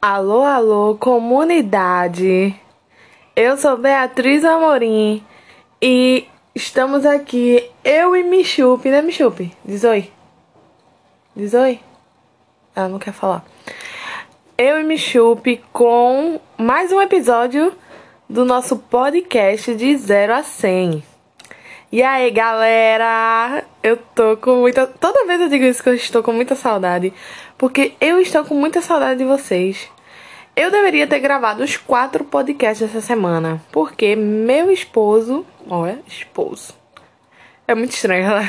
Alô, alô, comunidade! Eu sou Beatriz Amorim e estamos aqui, eu e Michupe, né, Michupe? Diz oi. Diz oi. Ela não quer falar. Eu e Michupe com mais um episódio do nosso podcast de 0 a 100. E aí, galera? Eu tô com muita... Toda vez eu digo isso que eu estou com muita saudade, porque eu estou com muita saudade de vocês. Eu deveria ter gravado os 4 podcasts essa semana, porque meu esposo... Olha, esposo. É muito estranho ela.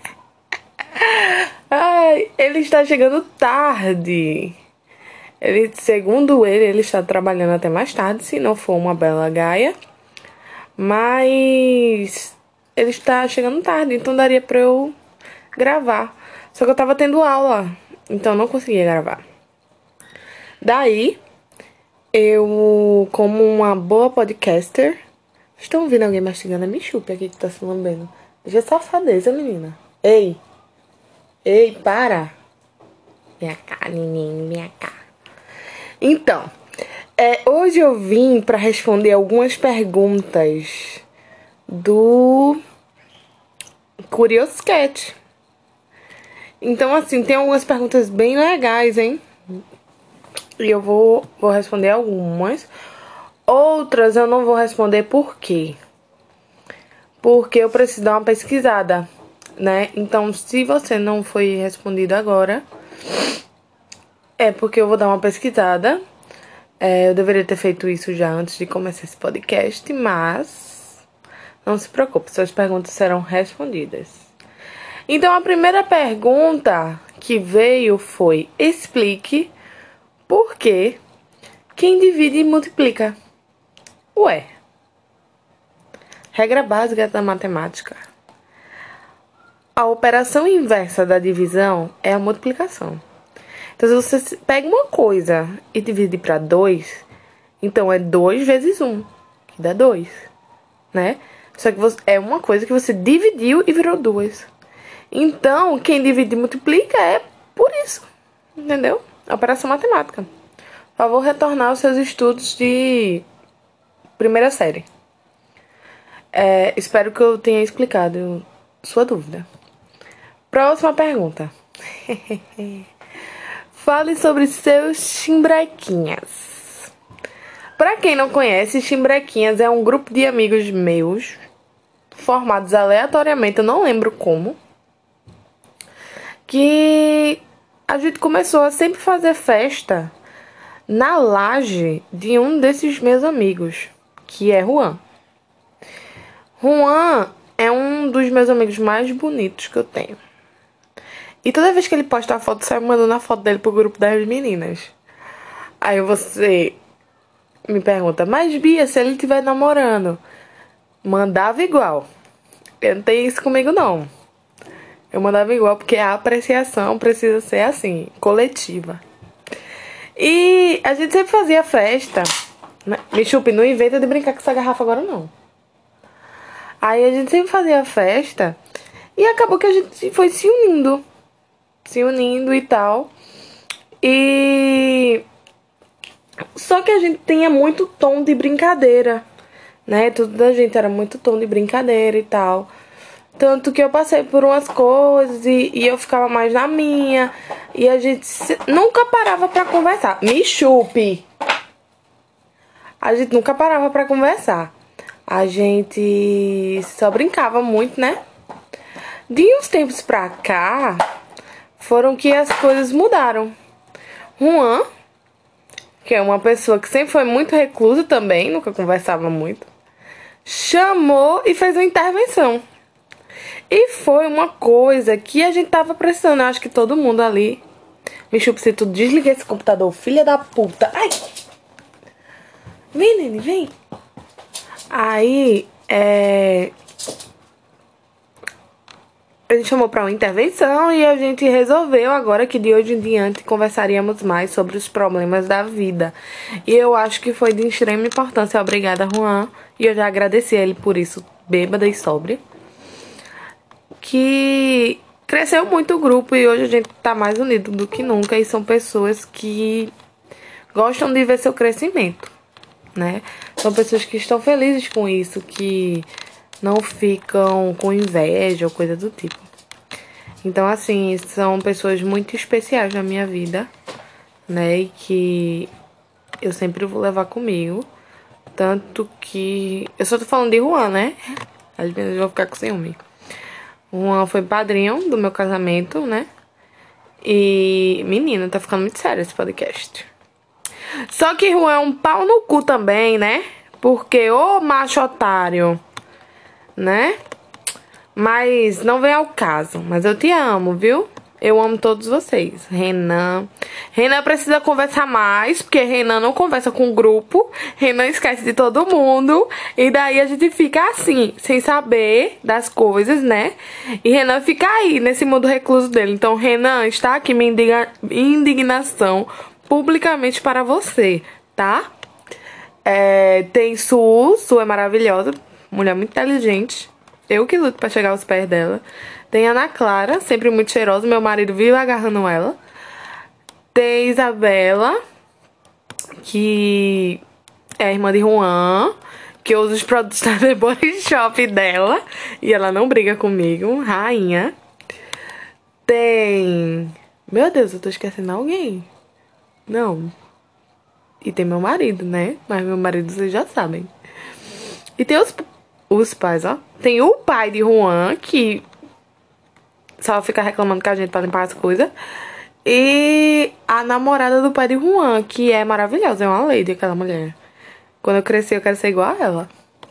Ai, ele está chegando tarde. Segundo ele está trabalhando até mais tarde, se não for uma bela gaia. Mas ele está chegando tarde, então daria pra eu gravar. Só que eu tava tendo aula, então não conseguia gravar. Daí, eu, como uma boa podcaster... Estão ouvindo alguém mastigando? É Michupe aqui que tá se lambendo. Já é safadeza, menina. Ei! Ei, para! Minha cá, menino, minha cá. Então, hoje eu vim pra responder algumas perguntas do Curious Cat. Então, assim, tem algumas perguntas bem legais, hein? E eu vou responder algumas. Outras eu não vou responder por quê? Porque eu preciso dar uma pesquisada, né? Então, se você não foi respondido agora, é porque eu vou dar uma pesquisada. Eu deveria ter feito isso já antes de começar esse podcast, mas não se preocupe, suas perguntas serão respondidas. Então, a primeira pergunta que veio foi: explique por que quem divide multiplica. Ué, regra básica da matemática. A operação inversa da divisão é a multiplicação. Então, se você pega uma coisa e divide para 2, então é 2 vezes 1, que dá 2, né? Só que é uma coisa que você dividiu e virou 2. Então, quem divide e multiplica é por isso, entendeu? Operação matemática. Por favor, retornar aos seus estudos de primeira série. Espero que eu tenha explicado sua dúvida. Próxima pergunta. Fale sobre seus chimbrequinhas. Pra quem não conhece, chimbrequinhas é um grupo de amigos meus, formados aleatoriamente, eu não lembro como, que a gente começou a sempre fazer festa na laje de um desses meus amigos, que é Juan. Juan é um dos meus amigos mais bonitos que eu tenho. E toda vez que ele posta a foto, sai mandando a foto dele pro grupo das meninas. Aí você me pergunta: mas Bia, se ele estiver namorando? Mandava igual. Eu não tenho isso comigo, não. Eu mandava igual porque a apreciação precisa ser assim, coletiva. E a gente sempre fazia festa. Michupe, não inventa de brincar com essa garrafa agora, não. Aí a gente sempre fazia festa e acabou que a gente foi se unindo e tal. E só que a gente tinha muito tom de brincadeira, né? Tudo da gente era muito tom de brincadeira e tal. Tanto que eu passei por umas coisas e eu ficava mais na minha. E a gente nunca parava pra conversar. Me chupe! A gente nunca parava pra conversar. A gente só brincava muito, né? De uns tempos pra cá, foram que as coisas mudaram. Juan, que é uma pessoa que sempre foi muito reclusa também, nunca conversava muito, chamou e fez uma intervenção. E foi uma coisa que a gente tava precisando. Eu acho que todo mundo ali... Me chupa, se tu desliga esse computador, filha da puta. Ai! Vem, Nene, vem. Aí, a gente chamou pra uma intervenção e a gente resolveu agora que de hoje em diante conversaríamos mais sobre os problemas da vida. E eu acho que foi de extrema importância. Obrigada, Juan. E eu já agradeci a ele por isso, bêbada e sóbria. Que cresceu muito o grupo e hoje a gente tá mais unido do que nunca. E são pessoas que gostam de ver seu crescimento, né? São pessoas que estão felizes com isso, que não ficam com inveja ou coisa do tipo. Então, assim, são pessoas muito especiais na minha vida, né? E que eu sempre vou levar comigo. Tanto que... Eu só tô falando de Juan, né? Às vezes eu vou ficar com ciúme. Juan foi padrinho do meu casamento, né? E... Menina, tá ficando muito sério esse podcast. Só que Juan é um pau no cu também, né? Porque ô macho otário, né? Mas não vem ao caso. Mas eu te amo, viu? Eu amo todos vocês. Renan precisa conversar mais, porque Renan não conversa com o grupo. Renan esquece de todo mundo. E daí a gente fica assim, sem saber das coisas, né? E Renan fica aí, nesse mundo recluso dele. Então, Renan, está aqui minha indignação publicamente para você, tá? Tem Su é maravilhosa. Mulher muito inteligente. Eu que luto pra chegar aos pés dela. Tem Ana Clara, sempre muito cheirosa. Meu marido vive agarrando ela. Tem Isabela, que é a irmã de Juan, que eu uso os produtos da The Body Shop dela. E ela não briga comigo. Rainha. Tem... Meu Deus, eu tô esquecendo alguém. Não. E tem meu marido, né? Mas meu marido vocês já sabem. E tem os pais, ó. Tem o pai de Juan, que só fica reclamando com a gente pra limpar as coisas. E a namorada do pai de Juan, que é maravilhosa. É uma lady, aquela mulher. Quando eu crescer, eu quero ser igual a ela.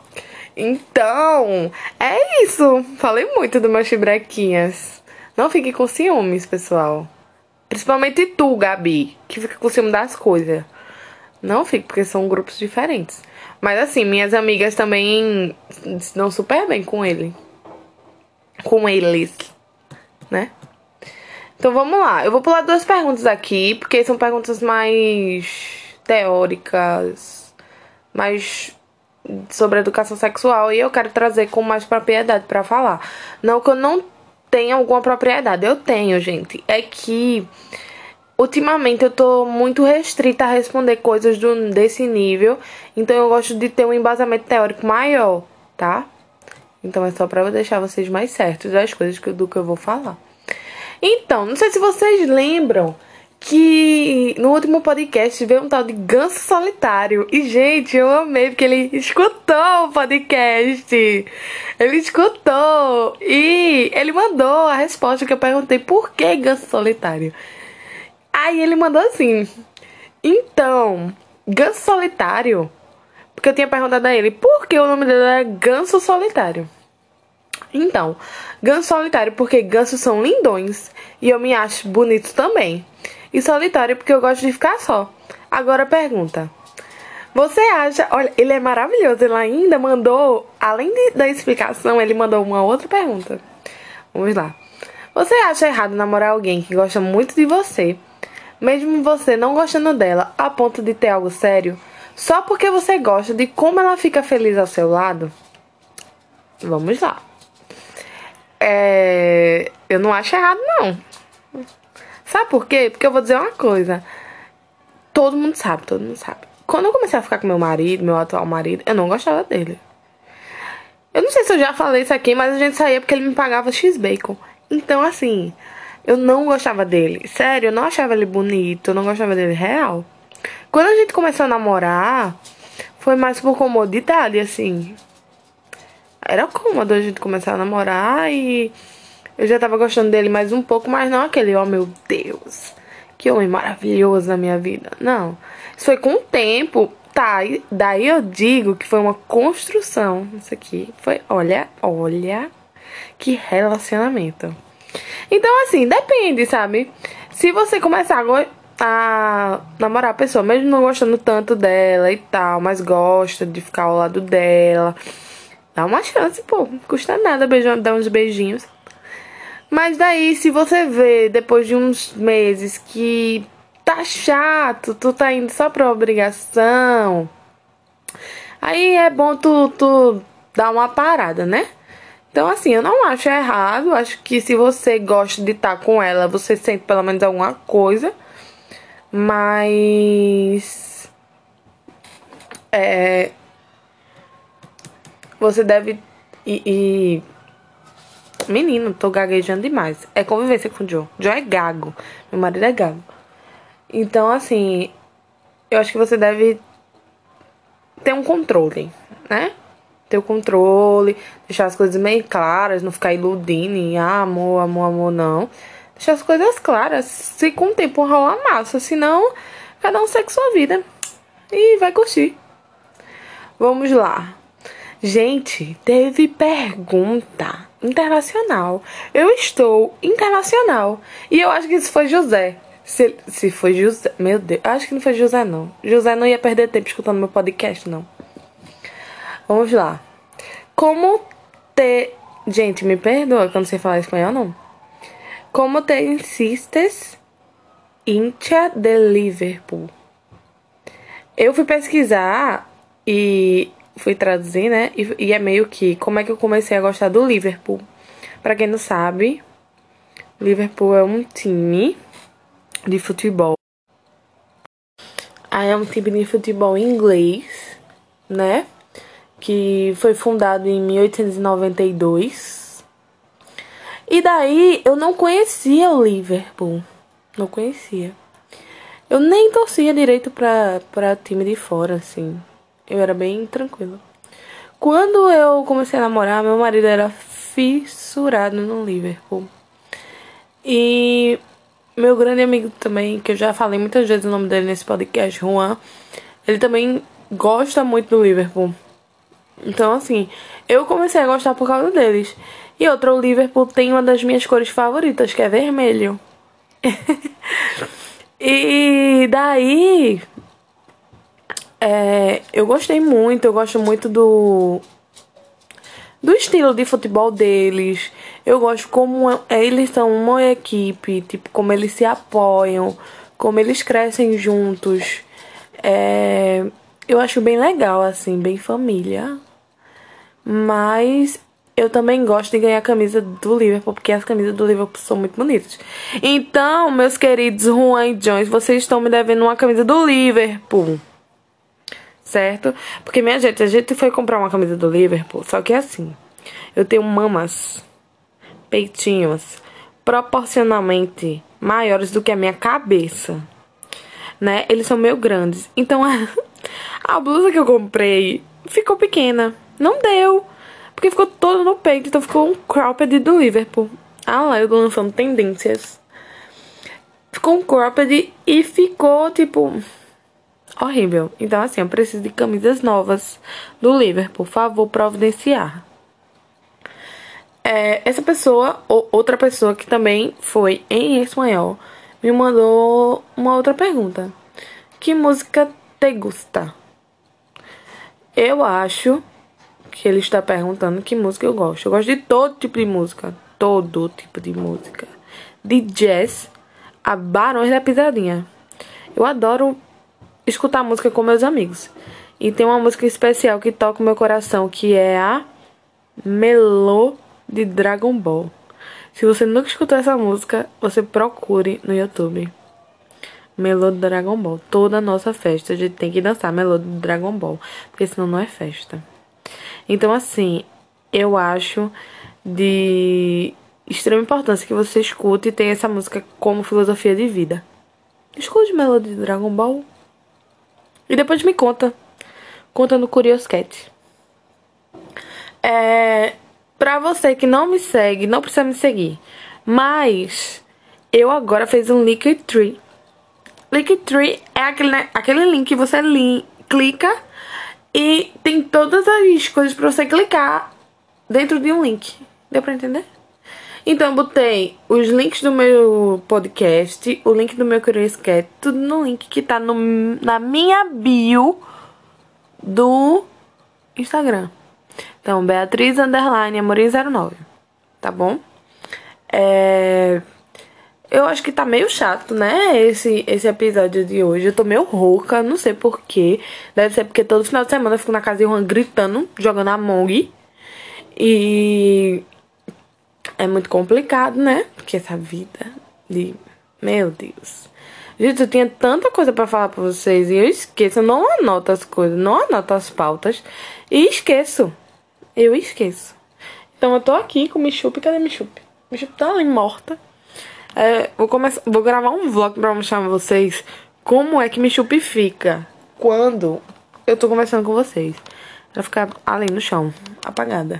Então, é isso. Falei muito dos meus chibrequinhas. Não fique com ciúmes, pessoal. Principalmente tu, Gabi, que fica com ciúme das coisas. Não fico, porque são grupos diferentes. Mas assim, minhas amigas também se dão super bem com ele. Com eles, né? Então vamos lá. Eu vou pular 2 perguntas aqui, porque são perguntas mais teóricas, mais sobre educação sexual. E eu quero trazer com mais propriedade pra falar. Não que eu não tenha alguma propriedade. Eu tenho, gente. É que... ultimamente eu tô muito restrita a responder coisas desse nível. Então eu gosto de ter um embasamento teórico maior, tá? Então é só pra deixar vocês mais certos das coisas do que eu vou falar. Então, não sei se vocês lembram que no último podcast veio um tal de Ganso Solitário. E, gente, eu amei porque ele escutou o podcast. Ele escutou. E ele mandou a resposta que eu perguntei: por que Ganso Solitário? Aí ele mandou assim: então, Ganso Solitário, porque eu tinha perguntado a ele por que o nome dele é Ganso Solitário. Então, Ganso Solitário porque gansos são lindões e eu me acho bonito também. E solitário porque eu gosto de ficar só. Agora pergunta: você acha... Olha, ele é maravilhoso. Ele ainda mandou, além da explicação, ele mandou uma outra pergunta. Vamos lá. Você acha errado namorar alguém que gosta muito de você, mesmo você não gostando dela, a ponto de ter algo sério, só porque você gosta de como ela fica feliz ao seu lado? Vamos lá. Eu não acho errado, não. Sabe por quê? Porque eu vou dizer uma coisa. Todo mundo sabe. Quando eu comecei a ficar com meu marido, meu atual marido, eu não gostava dele. Eu não sei se eu já falei isso aqui, mas a gente saía porque ele me pagava X-Bacon. Então, assim... eu não gostava dele. Sério, eu não achava ele bonito. Eu não gostava dele real. Quando a gente começou a namorar, foi mais por comodidade, assim. Era cômodo a gente começar a namorar e eu já tava gostando dele mais um pouco, mas não aquele, oh meu Deus, que homem maravilhoso na minha vida. Não. Isso foi com o tempo. Tá, daí eu digo que foi uma construção. Isso aqui foi, olha, que relacionamento. Então, assim, depende, sabe? Se você começar a namorar a pessoa, mesmo não gostando tanto dela e tal, mas gosta de ficar ao lado dela, dá uma chance, pô. Não custa nada dar uns beijinhos. Mas daí, se você vê, depois de uns meses, que tá chato, tu tá indo só pra obrigação, aí é bom tu dar uma parada, né? Então, assim, eu não acho errado. Acho que se você gosta de estar com ela, você sente pelo menos alguma coisa. Mas você deve Menino, tô gaguejando demais. É convivência com o Joe. Joe é gago. Meu marido é gago. Então, assim, eu acho que você deve ter um controle, né? Ter o controle, deixar as coisas meio claras, não ficar iludindo em amor, amor, amor, não. Deixar as coisas claras. Se com o tempo rolar massa, senão cada um segue sua vida. E vai curtir. Vamos lá. Gente, teve pergunta internacional. Eu estou internacional. E eu acho que isso foi José. Se foi José. Meu Deus, acho que não foi José, não. José não ia perder tempo escutando meu podcast, não. Vamos lá. Como ter. Gente, me perdoa que eu não sei falar espanhol, não. Como te insistes hincha de Liverpool? Eu fui pesquisar e fui traduzir, né? E é meio que como é que eu comecei a gostar do Liverpool. Pra quem não sabe, Liverpool é um time de futebol. Aí é um time de futebol inglês, né? Que foi fundado em 1892. E daí eu não conhecia o Liverpool. Não conhecia. Eu nem torcia direito pra time de fora, assim. Eu era bem tranquila. Quando eu comecei a namorar, meu marido era fissurado no Liverpool. E meu grande amigo também, que eu já falei muitas vezes o nome dele nesse podcast, Juan, ele também gosta muito do Liverpool. Então, assim, eu comecei a gostar por causa deles. E outra, o Liverpool tem uma das minhas cores favoritas, que é vermelho. E daí, eu gostei muito, eu gosto muito do estilo de futebol deles. Eu gosto como eles são uma equipe, tipo, como eles se apoiam, como eles crescem juntos. Eu acho bem legal, assim, bem família. Mas eu também gosto de ganhar a camisa do Liverpool, porque as camisas do Liverpool são muito bonitas. Então, meus queridos Juan e Jones, vocês estão me devendo uma camisa do Liverpool. Certo? Porque, minha gente, a gente foi comprar uma camisa do Liverpool, só que é assim, eu tenho mamas, peitinhos, proporcionalmente maiores do que a minha cabeça, né? Eles são meio grandes. Então, a blusa que eu comprei ficou pequena. Não deu. Porque ficou todo no peito, então ficou um cropped do Liverpool. Ah lá, eu tô lançando tendências. Ficou um cropped e ficou, tipo, horrível. Então, assim, eu preciso de camisas novas do Liverpool. Por favor, providenciar. Essa pessoa, ou outra pessoa que também foi em espanhol, me mandou uma outra pergunta. Que música te gusta? Eu acho que ele está perguntando que música eu gosto. Eu gosto de todo tipo de música. Todo tipo de música. De jazz a Barões da Pisadinha. Eu adoro escutar música com meus amigos. E tem uma música especial que toca o meu coração, que é a Melô de Dragon Ball. Se você nunca escutou essa música, você procure no YouTube. Melô de Dragon Ball. Toda a nossa festa a gente tem que dançar Melô de Dragon Ball, porque senão não é festa. Então, assim, eu acho de extrema importância que você escute e tenha essa música como filosofia de vida. Escute Melô de Dragon Ball e depois me conta. Conta no Curioscat. Pra você que não me segue, não precisa me seguir. Mas eu agora fiz um Linktree. Linktree é aquele link que você clica e tem todas as coisas pra você clicar dentro de um link. Deu pra entender? Então eu botei os links do meu podcast, o link do meu Curioscat, tudo no link que tá na minha bio do Instagram. Então, Beatriz_Amorim09, tá bom? Eu acho que tá meio chato, né? Esse episódio de hoje. Eu tô meio rouca, não sei porquê. Deve ser porque todo final de semana eu fico na casa de Juan gritando, jogando Among. E é muito complicado, né? Porque essa vida de... Meu Deus. Gente, eu tinha tanta coisa pra falar pra vocês e eu esqueço. Eu não anoto as coisas, não anoto as pautas e esqueço. Eu esqueço. Então eu tô aqui com o Michup. Cadê Michup? Michup tá ali morta. Vou gravar um vlog pra mostrar pra vocês como é que Michup fica quando eu tô conversando com vocês. Ela fica ali no chão, apagada.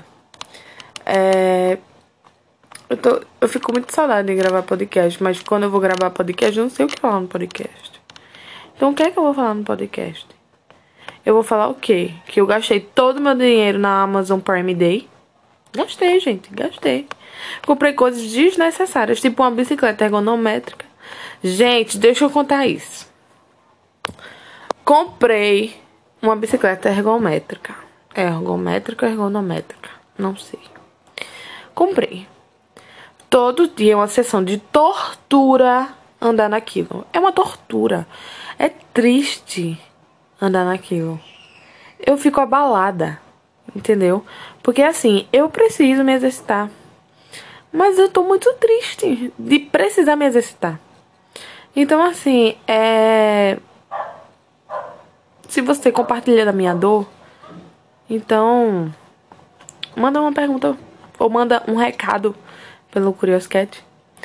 Eu fico muito saudade de gravar podcast, mas quando eu vou gravar podcast, eu não sei o que falar no podcast. Então, o que é que eu vou falar no podcast? Eu vou falar o quê? Que eu gastei todo o meu dinheiro na Amazon Prime Day. Gastei, gente, gastei. Comprei coisas desnecessárias, tipo uma bicicleta ergonométrica. Gente, deixa eu contar isso. Comprei uma bicicleta ergométrica. Ergonométrica, não sei. Comprei. Todo dia é uma sessão de tortura andar naquilo. É uma tortura. É triste andar naquilo. Eu fico abalada, entendeu? Porque assim, eu preciso me exercitar. Mas eu tô muito triste de precisar me exercitar. Então assim, se você compartilha da minha dor, então manda uma pergunta ou manda um recado pelo Curioscat.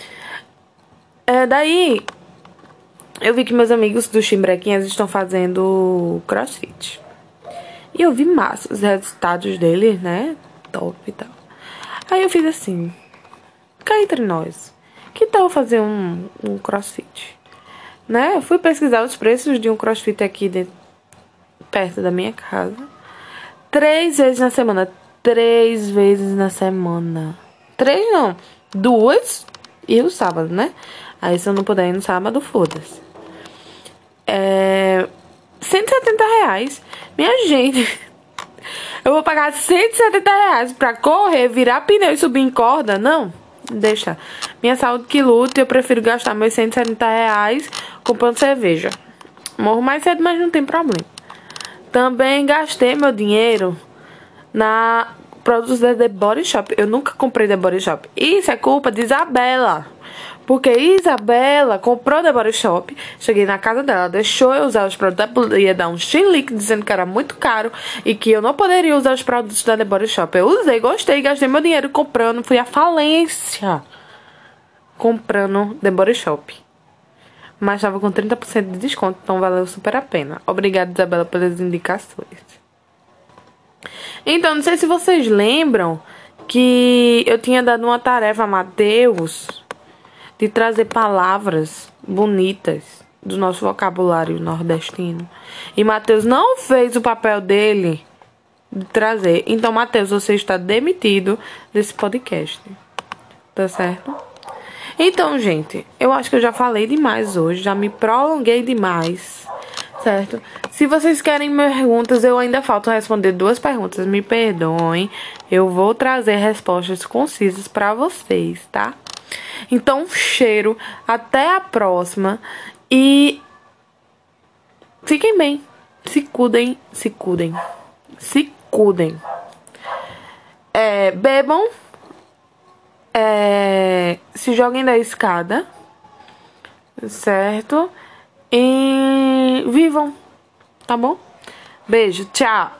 Daí eu vi que meus amigos do Chimbrequinhas estão fazendo CrossFit. E eu vi massa os resultados deles, né? Top e tal. Aí eu fiz assim, cá entre nós, que tal fazer um CrossFit? Né? Eu fui pesquisar os preços de um CrossFit aqui perto da minha casa. 3 vezes na semana. 3 vezes na semana. 3 não. 2 e o sábado, né? Aí se eu não puder ir no sábado, foda-se. R$ 170. Minha gente. Eu vou pagar R$ 170 pra correr, virar pneu e subir em corda? Não. Deixa. Minha saúde que luta, eu prefiro gastar meus R$ 170 comprando cerveja. Morro mais cedo, mas não tem problema. Também gastei meu dinheiro na produtos da The Body Shop. Eu nunca comprei The Body Shop. Isso é culpa de Isabela. Porque Isabela comprou The Body Shop. Cheguei na casa dela, deixou eu usar os produtos. Ia dar um chilique dizendo que era muito caro e que eu não poderia usar os produtos da The Body Shop. Eu usei, gostei, gastei meu dinheiro comprando. Fui à falência comprando The Body Shop. Mas estava com 30% de desconto, então valeu super a pena. Obrigada, Isabela, pelas indicações. Então, não sei se vocês lembram que eu tinha dado uma tarefa a Matheus de trazer palavras bonitas do nosso vocabulário nordestino. E Matheus não fez o papel dele de trazer. Então, Matheus, você está demitido desse podcast. Tá certo? Então, gente, eu acho que eu já falei demais hoje, já me prolonguei demais, certo? Se vocês querem perguntas, eu ainda falto responder 2 perguntas, me perdoem. Eu vou trazer respostas concisas pra vocês, tá? Então, um cheiro, até a próxima e fiquem bem, se cuidem, se cuidem, se cuidem. Bebam. Se joguem da escada, certo? E vivam, tá bom? Beijo, tchau!